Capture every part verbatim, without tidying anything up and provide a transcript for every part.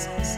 l'adolescence.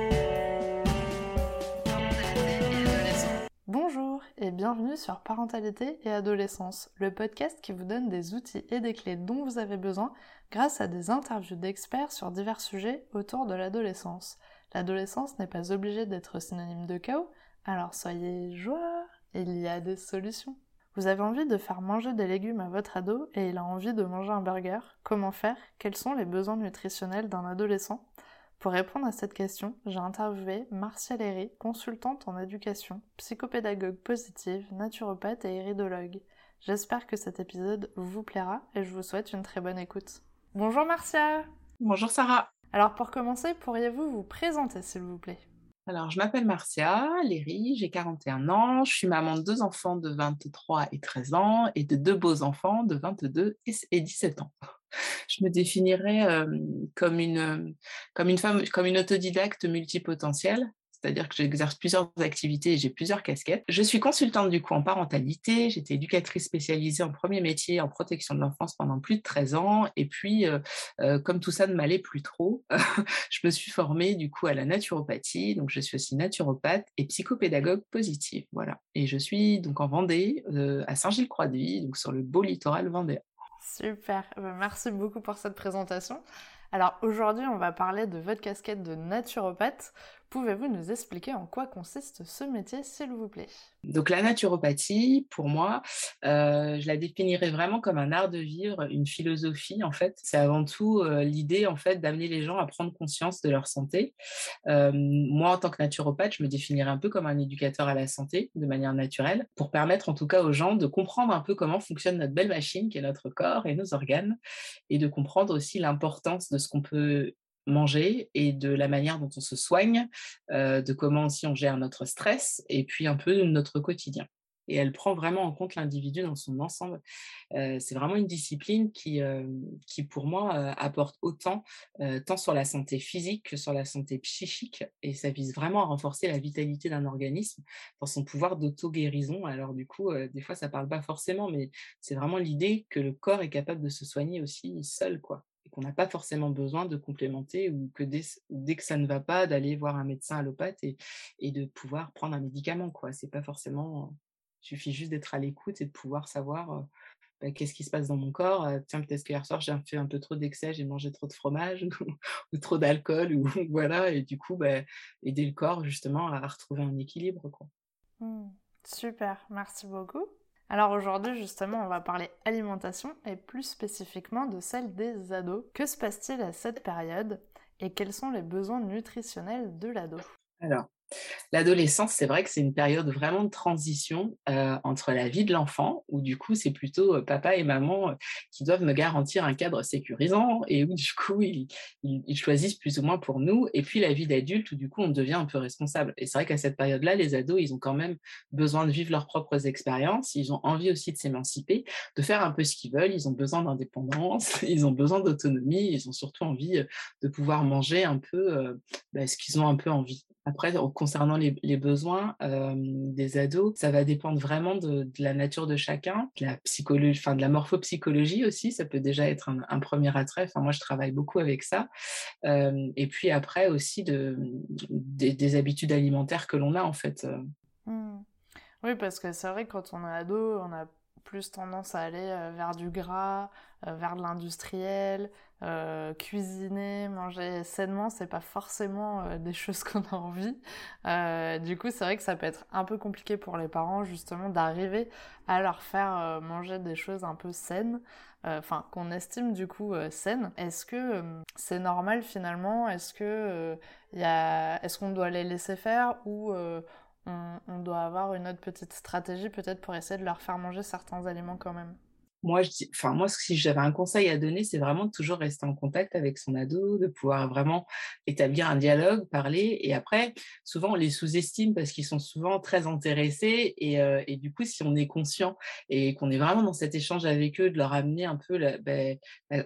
Bonjour et bienvenue sur Parentalité et Adolescence, le podcast qui vous donne des outils et des clés dont vous avez besoin grâce à des interviews d'experts sur divers sujets autour de l'adolescence. L'adolescence n'est pas obligée d'être synonyme de chaos, alors soyez joie, il y a des solutions. Vous avez envie de faire manger des légumes à votre ado et il a envie de manger un burger. Comment faire? Quels sont les besoins nutritionnels d'un adolescent? Pour répondre à cette question, j'ai interviewé Marcia Léry, consultante en éducation, psychopédagogue positive, naturopathe et iridologue. J'espère que cet épisode vous plaira et je vous souhaite une très bonne écoute. Bonjour Marcia! Bonjour Sarah! Alors pour commencer, pourriez-vous vous présenter s'il vous plaît? Alors, je m'appelle Marcia Léry, j'ai quarante et un ans, je suis maman de deux enfants de vingt-trois et treize ans et de deux beaux enfants de vingt-deux et dix-sept ans. Je me définirais euh, comme, une, comme une femme, comme une autodidacte multipotentielle, c'est-à-dire que j'exerce plusieurs activités et j'ai plusieurs casquettes. Je suis consultante du coup en parentalité, j'étais éducatrice spécialisée en premier métier en protection de l'enfance pendant plus de treize ans et puis euh, euh, comme tout ça ne m'allait plus trop, je me suis formée du coup à la naturopathie, donc je suis aussi naturopathe et psychopédagogue positive, voilà. Et je suis donc en Vendée, euh, à Saint-Gilles-Croix-de-Vie, donc sur le beau littoral vendéen. Super, merci beaucoup pour cette présentation. Alors aujourd'hui, on va parler de votre casquette de naturopathe. Pouvez-vous nous expliquer en quoi consiste ce métier, s'il vous plaît? Donc la naturopathie, pour moi, euh, je la définirais vraiment comme un art de vivre, une philosophie en fait. C'est avant tout euh, l'idée en fait d'amener les gens à prendre conscience de leur santé. Euh, moi, en tant que naturopathe, je me définirais un peu comme un éducateur à la santé, de manière naturelle, pour permettre en tout cas aux gens de comprendre un peu comment fonctionne notre belle machine qui est notre corps et nos organes, et de comprendre aussi l'importance de ce qu'on peut manger et de la manière dont on se soigne, euh, de comment aussi on gère notre stress et puis un peu notre quotidien. Et elle prend vraiment en compte l'individu dans son ensemble. Euh, c'est vraiment une discipline qui, euh, qui pour moi, euh, apporte autant, euh, tant sur la santé physique que sur la santé psychique. Et ça vise vraiment à renforcer la vitalité d'un organisme dans son pouvoir d'auto-guérison. Alors du coup, euh, des fois, ça parle pas forcément, mais c'est vraiment l'idée que le corps est capable de se soigner aussi seul, quoi. Et qu'on n'a pas forcément besoin de complémenter ou que dès, dès que ça ne va pas, d'aller voir un médecin allopathe et, et de pouvoir prendre un médicament, quoi. C'est pas forcément... Il suffit juste d'être à l'écoute et de pouvoir savoir euh, bah, qu'est-ce qui se passe dans mon corps. Euh, tiens, peut-être qu'hier soir, j'ai fait un peu trop d'excès, j'ai mangé trop de fromage ou, ou trop d'alcool, ou voilà. Et du coup, bah, aider le corps justement à retrouver un équilibre, quoi. Mmh, super, merci beaucoup. Alors aujourd'hui, justement, on va parler alimentation et plus spécifiquement de celle des ados. Que se passe-t-il à cette période et quels sont les besoins nutritionnels de l'ado? Alors, l'adolescence, c'est vrai que c'est une période vraiment de transition euh, entre la vie de l'enfant, où du coup, c'est plutôt euh, papa et maman euh, qui doivent me garantir un cadre sécurisant et où du coup, ils, ils, ils choisissent plus ou moins pour nous, et puis la vie d'adulte, où du coup, on devient un peu responsable. Et c'est vrai qu'à cette période-là, les ados, ils ont quand même besoin de vivre leurs propres expériences, ils ont envie aussi de s'émanciper, de faire un peu ce qu'ils veulent, ils ont besoin d'indépendance, ils ont besoin d'autonomie, ils ont surtout envie de pouvoir manger un peu euh, bah, ce qu'ils ont un peu envie. Après, concernant les, les besoins euh, des ados, ça va dépendre vraiment de, de la nature de chacun, de la psychologie, enfin de la morphopsychologie aussi. Ça peut déjà être un, un premier attrait. Enfin, moi, je travaille beaucoup avec ça. Euh, et puis après aussi de, des, des habitudes alimentaires que l'on a en fait. Mmh. Oui, parce que c'est vrai que quand on est ado, on a plus tendance à aller euh, vers du gras, euh, vers de l'industriel, euh, cuisiner, manger sainement, c'est pas forcément euh, des choses qu'on a envie. Euh, du coup, c'est vrai que ça peut être un peu compliqué pour les parents justement d'arriver à leur faire euh, manger des choses un peu saines, enfin euh, qu'on estime du coup euh, saines. Est-ce que euh, c'est normal finalement? Est-ce que euh, y a... est-ce qu'on doit les laisser faire ou euh, on, on doit avoir une autre petite stratégie peut-être pour essayer de leur faire manger certains aliments quand même? Moi, je dis, enfin, moi, si j'avais un conseil à donner, c'est vraiment de toujours rester en contact avec son ado, de pouvoir vraiment établir un dialogue, parler. Et après, souvent, on les sous-estime parce qu'ils sont souvent très intéressés. Et, euh, et du coup, si on est conscient et qu'on est vraiment dans cet échange avec eux, de leur amener un peu la, ben, la,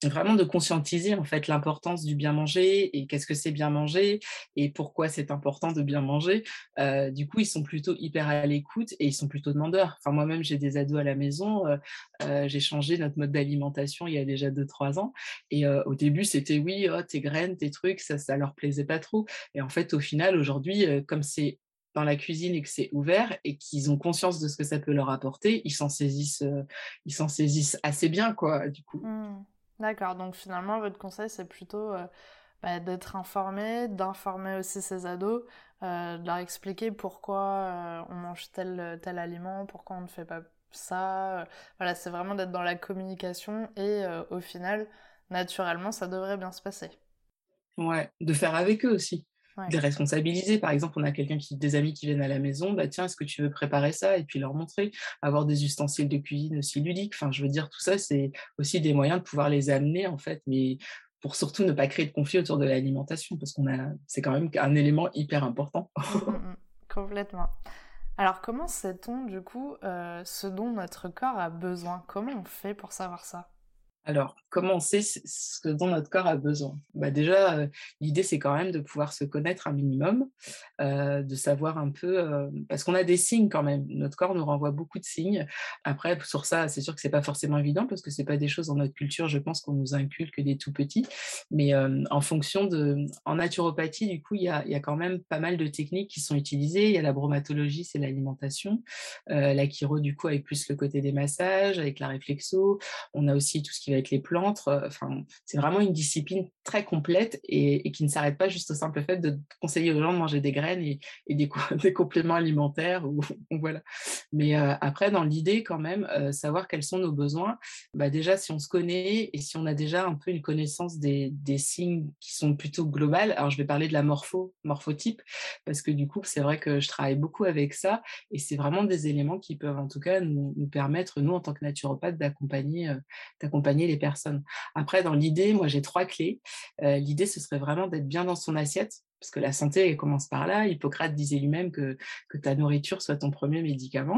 Vraiment de conscientiser en fait l'importance du bien manger et qu'est-ce que c'est bien manger et pourquoi c'est important de bien manger. Heu, du coup, ils sont plutôt hyper à l'écoute et ils sont plutôt demandeurs. Enfin, moi-même, j'ai des ados à la maison, heu heu, j'ai changé notre mode d'alimentation il y a déjà deux trois ans et heu, au début, c'était: «Oui, oh tes graines, tes trucs», ça ça leur plaisait pas trop et en fait, au final, aujourd'hui, heu, comme c'est dans la cuisine et que c'est ouvert et qu'ils ont conscience de ce que ça peut leur apporter, ils s'en saisissent, heu, ils s'en saisissent assez bien quoi, du coup. Mmh. D'accord, donc finalement, votre conseil, c'est plutôt euh, bah, d'être informé, d'informer aussi ses ados, euh, de leur expliquer pourquoi euh, on mange tel, tel aliment, pourquoi on ne fait pas ça. euh, Voilà, c'est vraiment d'être dans la communication et euh, au final, naturellement, ça devrait bien se passer. Ouais, de faire avec eux aussi. De Ouais. les responsabiliser. Par exemple, on a quelqu'un qui des amis qui viennent à la maison, bah, tiens, est-ce que tu veux préparer ça? Et puis leur montrer. Avoir des ustensiles de cuisine aussi ludiques. Enfin, je veux dire, tout ça, c'est aussi des moyens de pouvoir les amener, en fait, mais pour surtout ne pas créer de conflit autour de l'alimentation, parce qu'on a, c'est quand même un élément hyper important. Mm, mm, mm. Complètement. Alors, comment sait-on, du coup, euh, ce dont notre corps a besoin? Comment on fait pour savoir ça? Alors, comment on sait ce ce dont notre corps a besoin? Bah, déjà, heu, l'idée, c'est quand même de pouvoir se connaître un minimum, heu, de savoir un peu, heu parce qu'on a des signes quand même. Notre corps nous renvoie beaucoup de signes. Après, sur ça, c'est sûr que c'est pas forcément évident parce que c'est pas des choses dans notre culture, je pense, qu'on nous inculque dès tout petit. Mais, hem, en fonction de en naturopathie, du coup, il y a il y a quand même pas mal de techniques qui sont utilisées. Il y a la bromatologie, c'est l'alimentation, heu, la chiro, du coup, avec plus le côté des massages, avec la réflexo, on a aussi tout ce qui va être les plantes. euh, Enfin, c'est vraiment une discipline très complète et, et qui ne s'arrête pas juste au simple fait de conseiller aux gens de manger des graines et, et des, co- des compléments alimentaires. Ou, ou voilà. Mais euh, après, dans l'idée, quand même, euh, savoir quels sont nos besoins. Bah déjà, si on se connaît et si on a déjà un peu une connaissance des, des signes qui sont plutôt globales. Alors, je vais parler de la morpho, morphotype, parce que du coup, c'est vrai que je travaille beaucoup avec ça et c'est vraiment des éléments qui peuvent en tout cas nous, nous permettre, nous, en tant que naturopathe, d'accompagner euh, d'accompagner les personnes. Après, dans l'idée, moi, j'ai trois clés. Euh, l'idée, ce serait vraiment d'être bien dans son assiette, parce que la santé, elle commence par là. Hippocrate disait lui-même que, que ta nourriture soit ton premier médicament.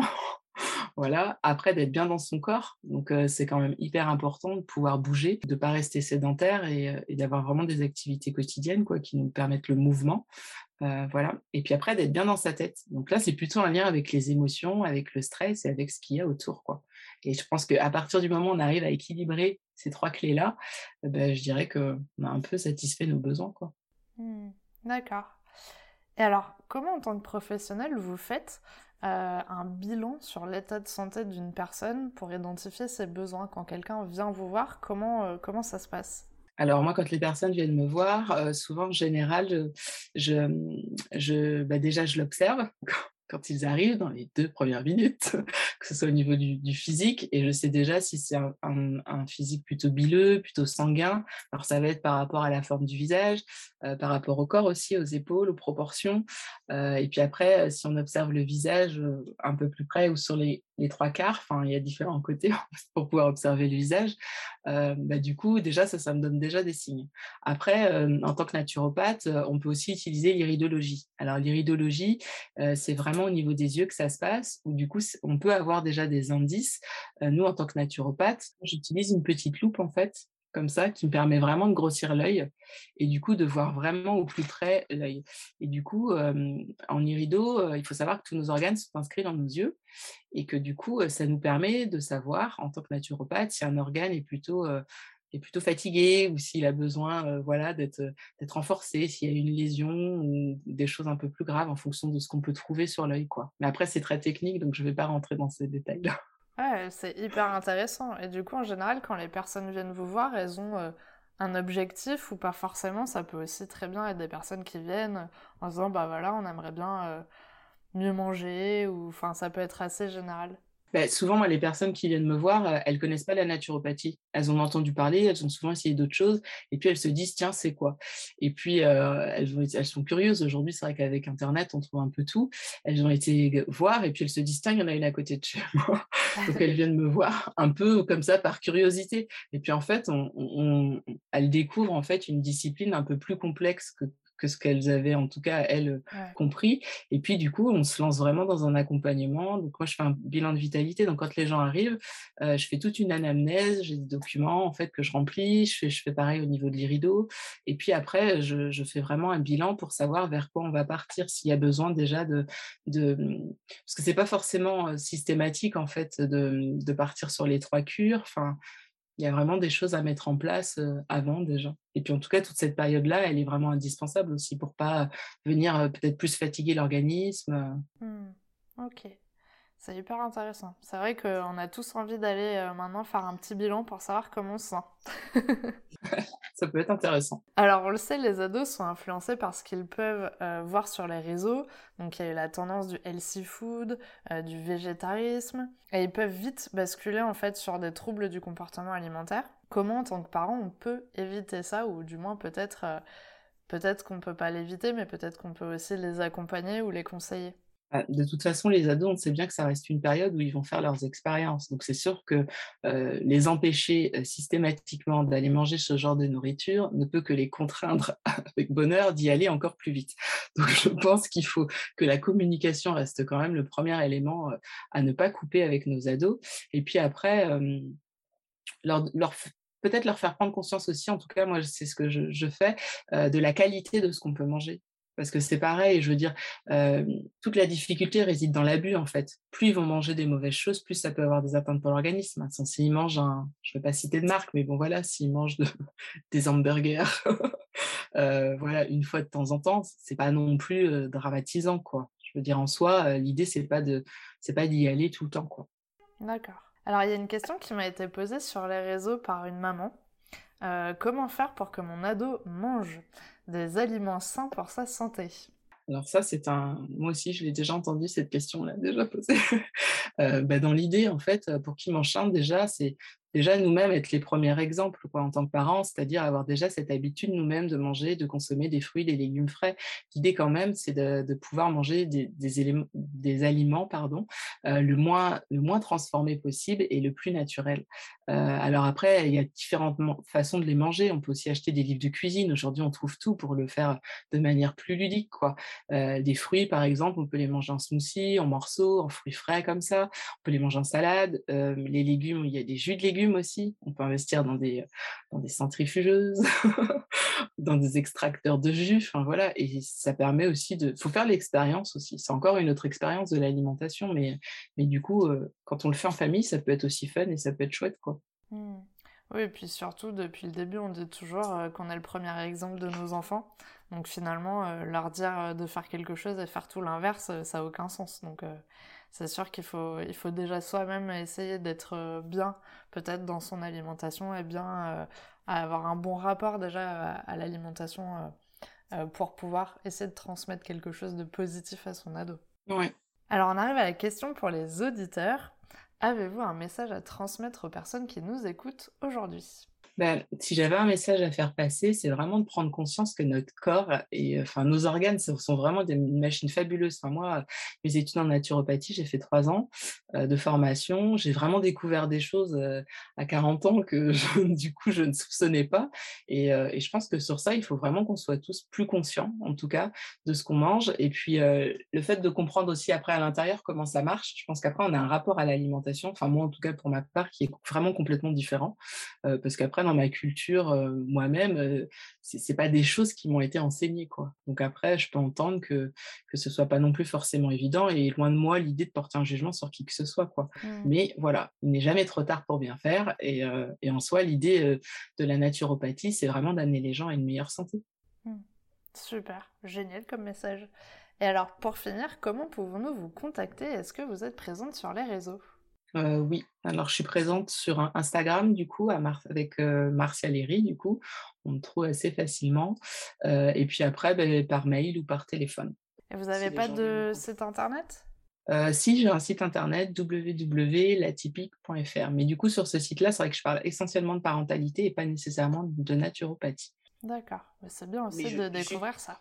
Voilà. Après, d'être bien dans son corps. Donc, euh, c'est quand même hyper important de pouvoir bouger, de ne pas rester sédentaire et, euh, et d'avoir vraiment des activités quotidiennes quoi, qui nous permettent le mouvement. Euh, voilà. Et puis après, d'être bien dans sa tête. Donc là, c'est plutôt un lien avec les émotions, avec le stress et avec ce qu'il y a autour, quoi. Et je pense qu'à partir du moment où on arrive à équilibrer ces trois clés-là, eh ben, je dirais qu'on a un peu satisfait nos besoins, quoi. Hmm. D'accord. Et alors, comment en tant que professionnel, vous faites euh, un bilan sur l'état de santé d'une personne pour identifier ses besoins quand quelqu'un vient vous voir? Comment, euh, comment ça se passe? Alors moi, quand les personnes viennent me voir, euh, souvent en général, je, je, je- bah déjà je l'observe quand ils arrivent dans les deux premières minutes, que ce soit au niveau du, du physique, et je sais déjà si c'est un, un- un physique plutôt bileux, plutôt sanguin. Alors ça va être par rapport à la forme du visage, euh, par rapport au corps aussi, aux épaules, aux proportions. Euh, et puis après, euh, si on observe le visage euh, un peu plus près ou sur les, les trois quarts, enfin il y a différents côtés pour pouvoir observer le visage. Euh, bah, du coup, déjà, ça, ça me donne déjà des signes. Après, euh, en tant que naturopathe, euh, on peut aussi utiliser l'iridologie. Alors, l'iridologie, euh, c'est vraiment au niveau des yeux que ça se passe, où du coup, c'est- on peut avoir déjà des indices. Euh, nous, en tant que naturopathe, j'utilise une petite loupe, en fait, comme ça, qui me permet vraiment de grossir l'œil et du coup de voir vraiment au plus près l'œil. Et du coup, euh, en irido, euh, il faut savoir que tous nos organes sont inscrits dans nos yeux et que du coup, heu, ça nous permet de savoir, en tant que naturopathe, si un organe est plutôt, heu, est plutôt fatigué ou s'il a besoin, heu, voilà, d'être, heu, d'être renforcé, s'il y a une lésion ou des choses un peu plus graves en fonction de ce qu'on peut trouver sur l'œil, quoi. Mais après, c'est très technique, donc je ne vais pas rentrer dans ces détails-là. Ouais, c'est hyper intéressant. Et du coup, en général, quand les personnes viennent vous voir, elles ont euh, un objectif ou pas forcément. Ça peut aussi très bien être des personnes qui viennent en disant, bah voilà, on aimerait bien euh, mieux manger, ou enfin, ça peut être assez général. Beh, souvent, moi, les personnes qui viennent me voir, heu, elles connaissent pas la naturopathie. Elles en ont entendu parler, elles ont souvent essayé d'autres choses et puis elles se disent: «Tiens, c'est quoi?» Et puis, heu, elles vont elles sont curieuses. Aujourd'hui, c'est vrai qu'avec internet, on trouve un peu tout. Elles ont été voir et puis elles se disent: «Tiens, il y en a une à côté de chez moi». Donc elles viennent me voir un peu comme ça par curiosité et puis en fait, on on on elles découvrent en fait une discipline un peu plus complexe que que ce qu'elles avaient en tout cas, elles, Ouais. compris. Et puis du coup, on se lance vraiment dans un accompagnement. Donc moi, je fais un bilan de vitalité. Donc quand les gens arrivent, heu, je fais toute une anamnèse, j'ai des documents en fait que je remplis, je fais je fais pareil au niveau de l'irido et puis après, je je fais vraiment un bilan pour savoir vers quoi on va partir, s'il y a besoin déjà de de, mmh parce que c'est pas forcément, heu, systématique en fait de, mmh, de partir sur les trois cures. Enfin, il y a vraiment des choses à mettre en place, heu, avant déjà. Et puis en tout cas, toute cette période-là, elle est vraiment indispensable aussi pour pas venir, heu, peut-être plus fatiguer l'organisme, heu. Mmh. OK. C'est hyper intéressant. C'est vrai qu'on a tous envie d'aller euh, maintenant faire un petit bilan pour savoir comment on se sent. Ça peut être intéressant. Alors, on le sait, les ados sont influencés par ce qu'ils peuvent euh, voir sur les réseaux. Donc, il y a eu la tendance du healthy food, euh, du végétarisme, et ils peuvent vite basculer en fait sur des troubles du comportement alimentaire. Comment, en tant que parent, on peut éviter ça, ou du moins peut-être euh, peut-être qu'on peut pas l'éviter, mais peut-être qu'on peut aussi les accompagner ou les conseiller. Bah, de toute façon, les ados, on sait bien que ça reste une période où ils vont faire leurs expériences. Donc c'est sûr que, heu, les empêcher, heu, systématiquement d'aller manger ce genre de nourriture ne peut que les contraindre avec bonheur d'y aller encore plus vite. Donc je pense qu'il faut que la communication reste quand même le premier élément, heu, à ne pas couper avec nos ados et puis après, hem, leur leur f peut-être leur faire prendre conscience aussi, en tout cas moi c'est ce que je je fais, heu, de la qualité de ce qu'on peut manger. Parce que c'est pareil, je veux dire, hem, toute la difficulté réside dans l'abus en fait. Plus ils vont manger des mauvaises choses, plus ça peut avoir des atteintes pour l'organisme. Enfin, s'ils mangent un je ne vais pas citer de marque, mais bon voilà, s'ils mangent de des hamburgers, heu, voilà, une fois de temps en temps, c'est pas non plus, heu, dramatisant quoi. Je veux dire en soi, heu, l'idée c'est pas de c'est pas d'y aller tout le temps quoi. D'accord. Alors, il y a une question qui m'a été posée sur les réseaux par une maman. Euh, comment faire pour que mon ado mange des aliments sains pour sa santé? Alors ça, c'est un moi aussi, je l'ai déjà entendu cette question, on l'a déjà posée. Heu, bah, dans l'idée, en fait, heu, pour qu'ils mangent sain, déjà, c'est déjà nous-mêmes être les premiers exemples, quoi, en tant que parents, c'est-à-dire avoir déjà cette habitude nous-mêmes de manger, de consommer des fruits, des légumes frais. L'idée quand même, c'est de de pouvoir manger des des éléments des aliments, pardon, heu, le moins le moins transformés possible et le plus naturel. Heu, alors après, il y a différentes man façons de les manger. On peut aussi acheter des livres de cuisine. Aujourd'hui, on trouve tout pour le faire de manière plus ludique, quoi. Heu, des fruits, par exemple, on peut les manger en smoothie, en morceaux, en fruits frais comme ça. On peut les manger en salade. Hem, les légumes, il y a des jus de légumes aussi. On peut investir dans des, dans des centrifugeuses, dans des extracteurs de jus, enfin voilà et ça permet aussi de faut faire l'expérience aussi. C'est encore une autre expérience de l'alimentation mais mais du coup, heu, quand on le fait en famille, ça peut être aussi fun et ça peut être chouette, quoi. Hmm. Oui, et puis surtout, depuis le début, on dit toujours euh, qu'on est le premier exemple de nos enfants. Donc finalement, euh, leur dire euh, de faire quelque chose et faire tout l'inverse, euh, ça n'a aucun sens. Donc euh, c'est sûr qu'il faut, il faut déjà soi-même essayer d'être euh, bien, peut-être dans son alimentation, et bien euh, avoir un bon rapport déjà à, à l'alimentation euh, euh, pour pouvoir essayer de transmettre quelque chose de positif à son ado. Ouais. Alors on arrive à la question pour les auditeurs. Avez-vous un message à transmettre aux personnes qui nous écoutent aujourd'hui? Bah, si j'avais un message à faire passer, c'est vraiment de prendre conscience que notre corps et enfin nos organes sont sont vraiment des machines fabuleuses. Enfin moi, mes études en naturopathie, j'ai fait trois ans, heu, de formation. J'ai vraiment découvert des choses, heu, à quarante ans que je du coup, je ne soupçonnais pas et heu et je pense que sur ça, il faut vraiment qu'on soit tous plus conscients, en tout cas, de ce qu'on mange et puis, heu, le fait de comprendre aussi après à l'intérieur comment ça marche. Je pense qu'après on a un rapport à l'alimentation, enfin moi en tout cas pour ma part, qui est vraiment complètement différent. Heu, parce qu'après dans ma culture, heu, moi-même, heu, c'est c'est pas des choses qui m'ont été enseignées, quoi. Donc après, je peux entendre que que ce soit pas non plus forcément évident et loin de moi l'idée de porter un jugement sur qui que ce soit, quoi. Hmm. Mais voilà, il n'est jamais trop tard pour bien faire et heu et en soi l'idée, heu, de la naturopathie, c'est vraiment d'amener les gens à une meilleure santé. Hmm. Super, génial comme message. Et alors pour finir, comment pouvons-nous vous contacter? Est-ce que vous êtes présente sur les réseaux? Heu, oui, alors je suis présente sur in Instagram du coup à Mar avec, heu, Martial Herry du coup, on me trouve assez facilement, heu et puis après, beh, par mail ou par téléphone, Et vous si n'avez les pas gens veulent me de contacter. site internet? Heu, si, j'ai un site internet w w w point latypique point f r, mais du coup sur ce site-là, c'est vrai que je parle essentiellement de parentalité et pas nécessairement de naturopathie. D'accord, mais c'est bien Mais aussi je de j'ut découvrir ça.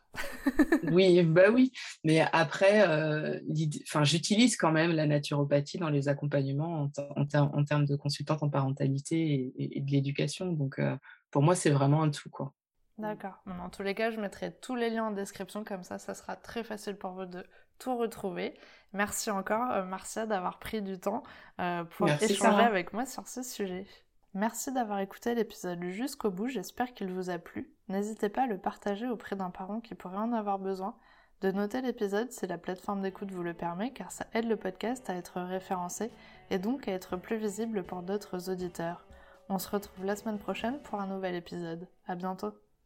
oui, bah, oui, mais après, heu, l'idée enfin, j'utilise quand même la naturopathie dans les accompagnements en ter en ter en termes de consultante en parentalité et et et de l'éducation donc heu, pour moi, c'est vraiment un tout, quoi. D'accord. Bon, dans tous les cas, je mettrai tous les liens en description, comme ça, ça sera très facile pour vous de tout retrouver. Merci encore, euh, Marcia, d'avoir pris du temps euh, pour Merci échanger Sarah. avec moi sur ce sujet. Merci d'avoir écouté l'épisode jusqu'au bout, j'espère qu'il vous a plu. N'hésitez pas à le partager auprès d'un parent qui pourrait en avoir besoin, de noter l'épisode si la plateforme d'écoute vous le permet, car ça aide le podcast à être référencé et donc à être plus visible pour d'autres auditeurs. On se retrouve la semaine prochaine pour un nouvel épisode. À bientôt.